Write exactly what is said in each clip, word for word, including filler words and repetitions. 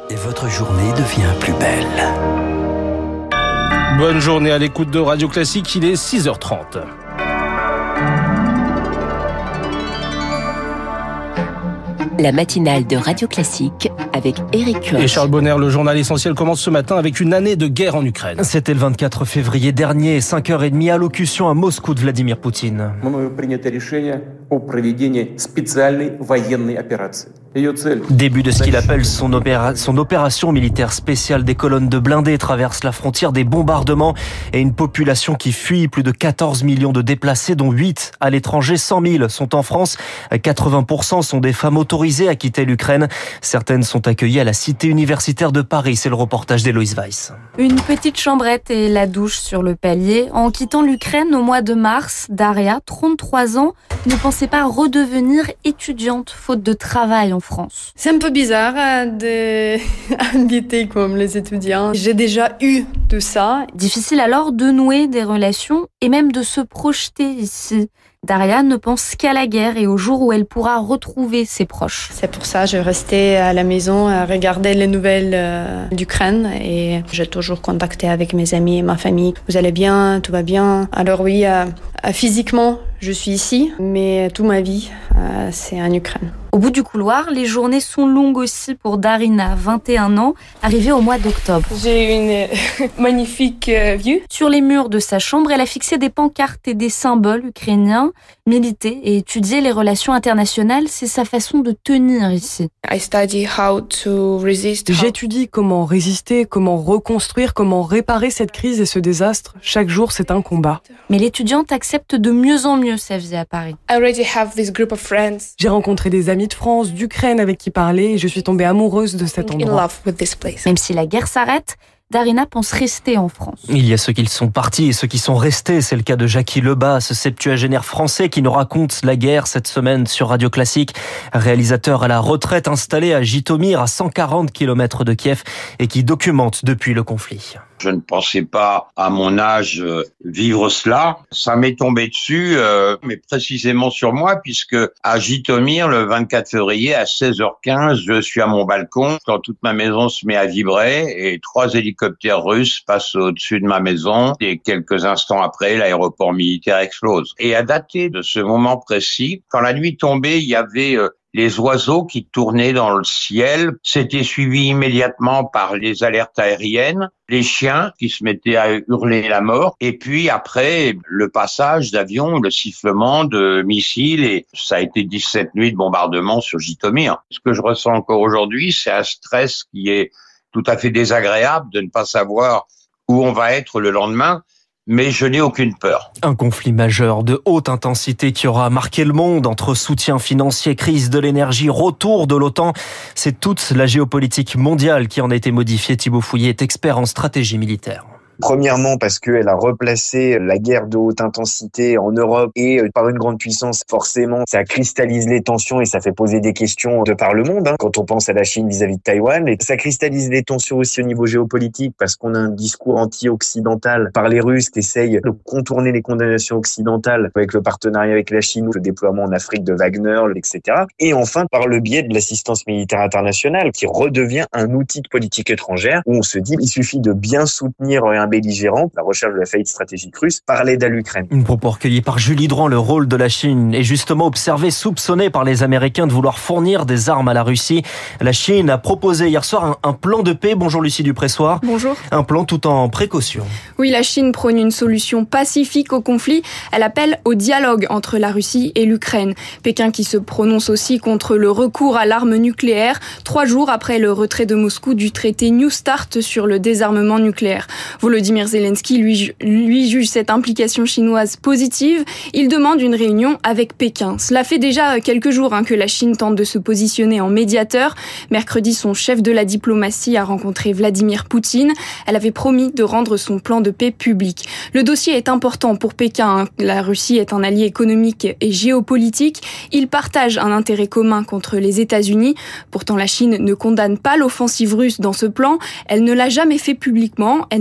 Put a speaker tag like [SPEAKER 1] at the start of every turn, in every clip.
[SPEAKER 1] et votre journée devient plus belle.
[SPEAKER 2] Bonne journée à l'écoute de Radio Classique, il est six heures trente.
[SPEAKER 3] La matinale de Radio Classique avec Éric Koch.
[SPEAKER 2] Et Charles Bonner, le journal essentiel commence ce matin avec une année de guerre en Ukraine.
[SPEAKER 4] C'était le vingt-quatre février dernier, cinq heures trente, allocution à Moscou de Vladimir Poutine. Début de ce qu'il appelle son, opéra- son opération militaire spéciale. Des colonnes de blindés traversent la frontière, des bombardements et une population qui fuit. Plus de quatorze millions de déplacés, dont huit à l'étranger. cent mille sont en France. quatre-vingts pour cent sont des femmes autorisées à quitter l'Ukraine. Certaines sont accueillies à la cité universitaire de Paris. C'est le reportage d'Héloïse Weiss.
[SPEAKER 5] Une petite chambrette et la douche sur le palier. En quittant l'Ukraine au mois de mars, Daria, trente-trois ans, ne pensait pas redevenir étudiante faute de travail en France.
[SPEAKER 6] C'est un peu bizarre d'habiter comme les étudiants. J'ai déjà eu de ça.
[SPEAKER 5] Difficile alors de nouer des relations et même de se projeter ici. Daria ne pense qu'à la guerre et au jour où elle pourra retrouver ses proches.
[SPEAKER 6] C'est pour ça que je restais à la maison à regarder les nouvelles euh, d'Ukraine et j'ai toujours contacté avec mes amis et ma famille. Vous allez bien, tout va bien. Alors oui, euh, physiquement, je suis ici, mais toute ma vie, euh, c'est en Ukraine.
[SPEAKER 5] Au bout du couloir, les journées sont longues aussi pour Darina, vingt et un ans, arrivée au mois d'octobre.
[SPEAKER 6] J'ai une magnifique vue.
[SPEAKER 5] Sur les murs de sa chambre, elle a fixé des pancartes et des symboles ukrainiens. Militer et étudier les relations internationales, c'est sa façon de tenir ici.
[SPEAKER 6] I study how to resist.
[SPEAKER 7] J'étudie comment résister, comment reconstruire, comment réparer cette crise et ce désastre. Chaque jour, c'est un combat.
[SPEAKER 5] Mais l'étudiante accepte de mieux en mieux sa vie à Paris.
[SPEAKER 6] I already have this group of friends.
[SPEAKER 7] J'ai rencontré des amis de France, d'Ukraine avec qui parler et je suis tombée amoureuse de cet endroit.
[SPEAKER 6] In love with this place.
[SPEAKER 5] Même si la guerre s'arrête, Darina pense rester en France.
[SPEAKER 4] Il y a ceux qui sont partis et ceux qui sont restés. C'est le cas de Jackie Lebas, ce septuagénaire français qui nous raconte la guerre cette semaine sur Radio Classique. Réalisateur à la retraite installé à Jitomir, à cent quarante kilomètres de Kiev et qui documente depuis le conflit.
[SPEAKER 8] Je ne pensais pas, à mon âge, euh, vivre cela. Ça m'est tombé dessus, euh, mais précisément sur moi, puisque à Jitomir, le vingt-quatre février, à seize heures quinze, je suis à mon balcon, quand toute ma maison se met à vibrer, et trois hélicoptères russes passent au-dessus de ma maison, et quelques instants après, l'aéroport militaire explose. Et à dater de ce moment précis, quand la nuit tombait, il y avait... Euh, les oiseaux qui tournaient dans le ciel, c'était suivi immédiatement par les alertes aériennes, les chiens qui se mettaient à hurler la mort, et puis après, le passage d'avions, le sifflement de missiles, et ça a été dix-sept nuits de bombardement sur Jitomir. Ce que je ressens encore aujourd'hui, c'est un stress qui est tout à fait désagréable de ne pas savoir où on va être le lendemain. Mais je n'ai aucune peur.
[SPEAKER 4] Un conflit majeur de haute intensité qui aura marqué le monde entre soutien financier, crise de l'énergie, retour de l'OTAN. C'est toute la géopolitique mondiale qui en a été modifiée. Thibaut Fouillet est expert en stratégie militaire.
[SPEAKER 9] Premièrement parce qu'elle a replacé la guerre de haute intensité en Europe et par une grande puissance, forcément, ça cristallise les tensions et ça fait poser des questions de par le monde, hein, quand on pense à la Chine vis-à-vis de Taïwan. Et ça cristallise les tensions aussi au niveau géopolitique parce qu'on a un discours anti-occidental par les Russes qui essayent de contourner les condamnations occidentales avec le partenariat avec la Chine, le déploiement en Afrique de Wagner, et cetera. Et enfin, par le biais de l'assistance militaire internationale qui redevient un outil de politique étrangère où on se dit il suffit de bien soutenir un belligérant, la recherche de la faillite stratégique russe, par l'aide à l'Ukraine.
[SPEAKER 4] Une propos recueillie par Julie Drouin, le rôle de la Chine est justement observé, soupçonné par les Américains de vouloir fournir des armes à la Russie. La Chine a proposé hier soir un, un plan de paix. Bonjour Lucie Dupressoir.
[SPEAKER 10] Bonjour.
[SPEAKER 4] Un plan tout en précaution.
[SPEAKER 10] Oui, la Chine prône une solution pacifique au conflit. Elle appelle au dialogue entre la Russie et l'Ukraine. Pékin qui se prononce aussi contre le recours à l'arme nucléaire, trois jours après le retrait de Moscou du traité New START sur le désarmement nucléaire. Volodymyr Zelensky, lui, lui juge cette implication chinoise positive. Il demande une réunion avec Pékin. Cela fait déjà quelques jours hein, que la Chine tente de se positionner en médiateur. Mercredi, son chef de la diplomatie a rencontré Vladimir Poutine. Elle avait promis de rendre son plan de paix public. Le dossier est important pour Pékin. Hein. La Russie est un allié économique et géopolitique. Ils partagent un intérêt commun contre les États-Unis. Pourtant, la Chine ne condamne pas l'offensive russe dans ce plan. Elle ne l'a jamais fait publiquement. Elle ne l'a pas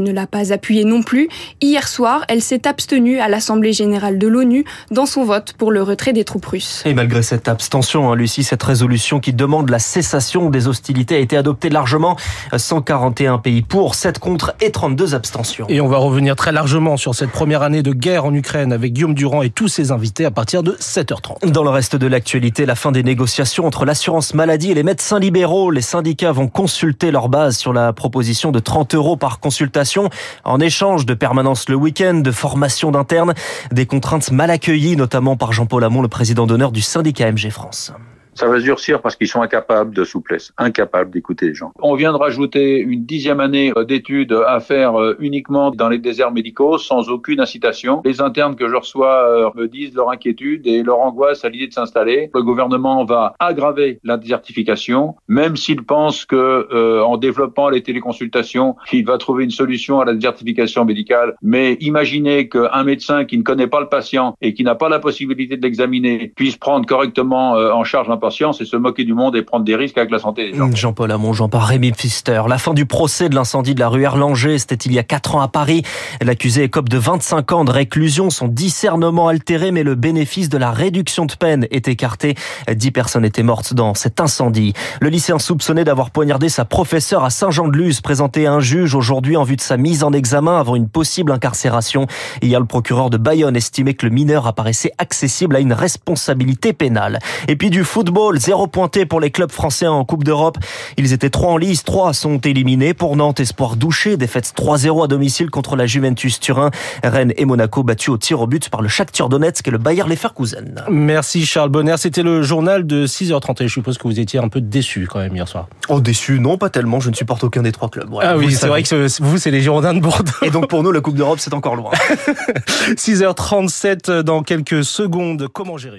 [SPEAKER 10] pas appuyé non plus. Hier soir, elle s'est abstenue à l'Assemblée générale de l'ONU dans son vote pour le retrait des troupes russes.
[SPEAKER 4] Et malgré cette abstention, hein, Lucie, cette résolution qui demande la cessation des hostilités a été adoptée largement. cent quarante et un pays pour, sept contre et trente-deux abstentions.
[SPEAKER 2] Et on va revenir très largement sur cette première année de guerre en Ukraine avec Guillaume Durand et tous ses invités à partir de sept heures trente.
[SPEAKER 4] Dans le reste de l'actualité, la fin des négociations entre l'assurance maladie et les médecins libéraux. Les syndicats vont consulter leur base sur la proposition de trente euros par consultation en échange de permanence le week-end, de formation d'internes, des contraintes mal accueillies, notamment par Jean-Paul Hamon, le président d'honneur du syndicat M G France.
[SPEAKER 11] Ça va se durcir parce qu'ils sont incapables de souplesse, incapables d'écouter les gens. On vient de rajouter une dixième année d'études à faire uniquement dans les déserts médicaux, sans aucune incitation. Les internes que je reçois me disent leur inquiétude et leur angoisse à l'idée de s'installer. Le gouvernement va aggraver la désertification, même s'il pense que euh, en développant les téléconsultations, il va trouver une solution à la désertification médicale. Mais imaginez qu'un médecin qui ne connaît pas le patient et qui n'a pas la possibilité de l'examiner puisse prendre correctement euh, en charge un patient, c'est se moquer du monde et prendre des risques avec la santé des gens.
[SPEAKER 4] Jean-Paul Hamon, Jean par Rémi Pfister. La fin du procès de l'incendie de la rue Erlanger, c'était il y a quatre ans à Paris. L'accusé écope de vingt-cinq ans de réclusion, son discernement altéré, mais le bénéfice de la réduction de peine est écarté. Dix personnes étaient mortes dans cet incendie. Le lycéen soupçonné d'avoir poignardé sa professeure à Saint-Jean-de-Luz, présenté à un juge aujourd'hui en vue de sa mise en examen avant une possible incarcération. Hier, le procureur de Bayonne estimait que le mineur apparaissait accessible à une responsabilité pénale. Et puis du football, zéro pointé pour les clubs français en Coupe d'Europe. Ils étaient trois en lice, trois sont éliminés. Pour Nantes, Espoir Douché, défaite trois zéro à domicile contre la Juventus Turin. Rennes et Monaco battus au tir au but par le Shakhtar Donetsk et le Bayer Leverkusen.
[SPEAKER 2] Merci Charles Bonner, c'était le journal de six heures trente et je suppose que vous étiez un peu déçu quand même hier soir.
[SPEAKER 4] Oh déçu, non pas tellement, je ne supporte aucun des trois clubs. Ouais,
[SPEAKER 2] ah oui, c'est vrai que vous c'est les Girondins de Bordeaux.
[SPEAKER 4] Et donc pour nous la Coupe d'Europe c'est encore loin.
[SPEAKER 2] six heures trente-sept dans quelques secondes, comment j'ai réussi ?